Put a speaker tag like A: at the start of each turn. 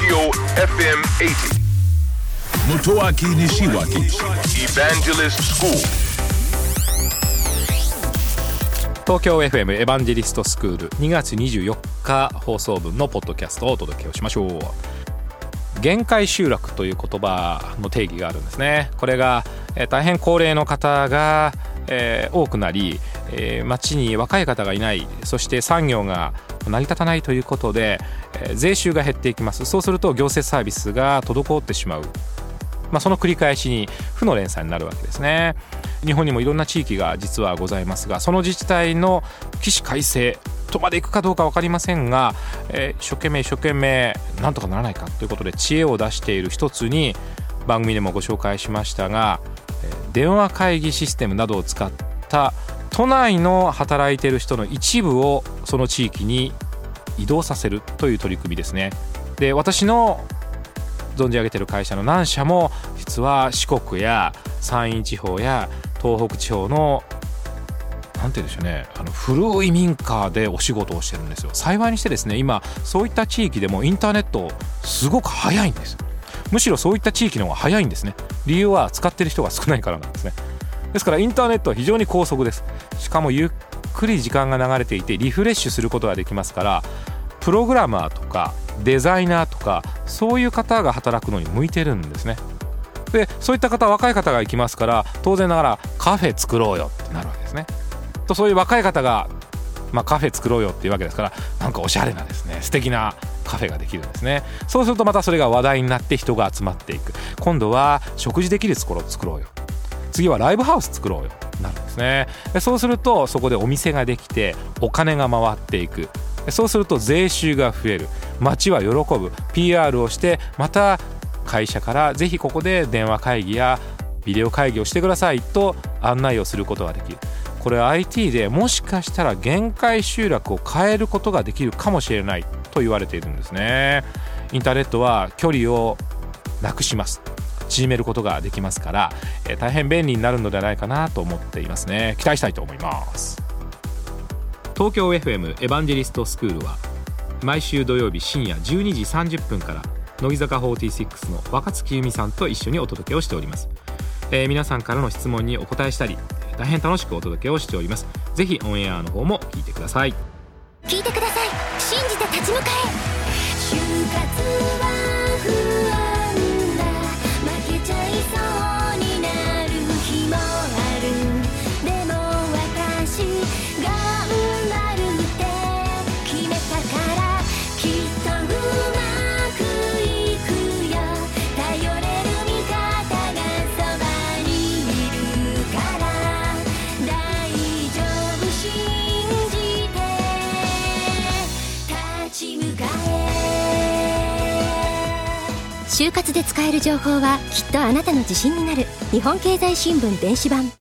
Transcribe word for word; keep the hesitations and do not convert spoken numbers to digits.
A: Tokyo エフエムはちじゅう Motoaki Nishiwaki Evangelist School
B: 東京 エフエム エヴァンジェリストスクールにがつにじゅうよっか放送分のポッドキャストをお届けをしましょう。限界集落という言葉の定義があるんですね。これが、えー、大変高齢の方が、えー、多くなり、えー、町に若い方がいない、そして産業が成り立たないということで、えー、税収が減っていきます。そうすると行政サービスが滞ってしまう、まあ、その繰り返しに負の連鎖になるわけですね。日本にもいろんな地域が実はございますが、その自治体の起死回生とまでいくかどうか分かりませんが、えー、一生懸命一生懸命なんとかならないかということで知恵を出している一つに、番組でもご紹介しましたが、えー、電話会議システムなどを使った都内の働いている人の一部をその地域に移動させるという取り組みですね。で、私の存じ上げている会社の何社も実は四国や山陰地方や東北地方のなんて言うんでしょうね、あの古い民家でお仕事をしてるんですよ。幸いにしてですね、今そういった地域でもインターネットすごく早いんです。むしろそういった地域の方が早いんですね。理由は使ってる人が少ないからなんですね。ですからインターネットは非常に高速です。しかもゆっくり時間が流れていてリフレッシュすることができますから、プログラマーとかデザイナーとかそういう方が働くのに向いてるんですね。で、そういった方、若い方が行きますから、当然ながらカフェ作ろうよってなるわけですね。と、そういう若い方が、まあ、カフェ作ろうよっていうわけですから、なんかおしゃれなですね、素敵なカフェができるんですね。そうするとまたそれが話題になって人が集まっていく。今度は食事できるところを作ろうよ、次はライブハウス作ろうよなるんですね。で、そうするとそこでお店ができてお金が回っていく。そうすると税収が増える、町は喜ぶ、 ピーアール をして、また会社からぜひここで電話会議やビデオ会議をしてくださいと案内をすることができる。これは アイティー でもしかしたら限界集落を変えることができるかもしれないと言われているんですね。インターネットは距離をなくします、縮めることができますから、えー、大変便利になるのではないかなと思っていますね。期待したいと思います。東京 エフエム エヴァンジェリストスクールは毎週土曜日深夜じゅうにじさんじゅっぷんから乃木坂フォーティーシックスの若月由美さんと一緒にお届けをしております。えー、皆さんからの質問にお答えしたり、大変楽しくお届けをしております。ぜひオンエアの方も聞いてください。
C: 聞いてください。信じて立ち向かえ。就活は不安だ、負けちゃいそうになる日もある。でも私頑張るって決めたから、きっとうまくいくよ。頼れる味方がそばにいるから大丈夫、信じて立ち向かえ。就活で使える情報はきっとあなたの自信になる。日本経済新聞電子版。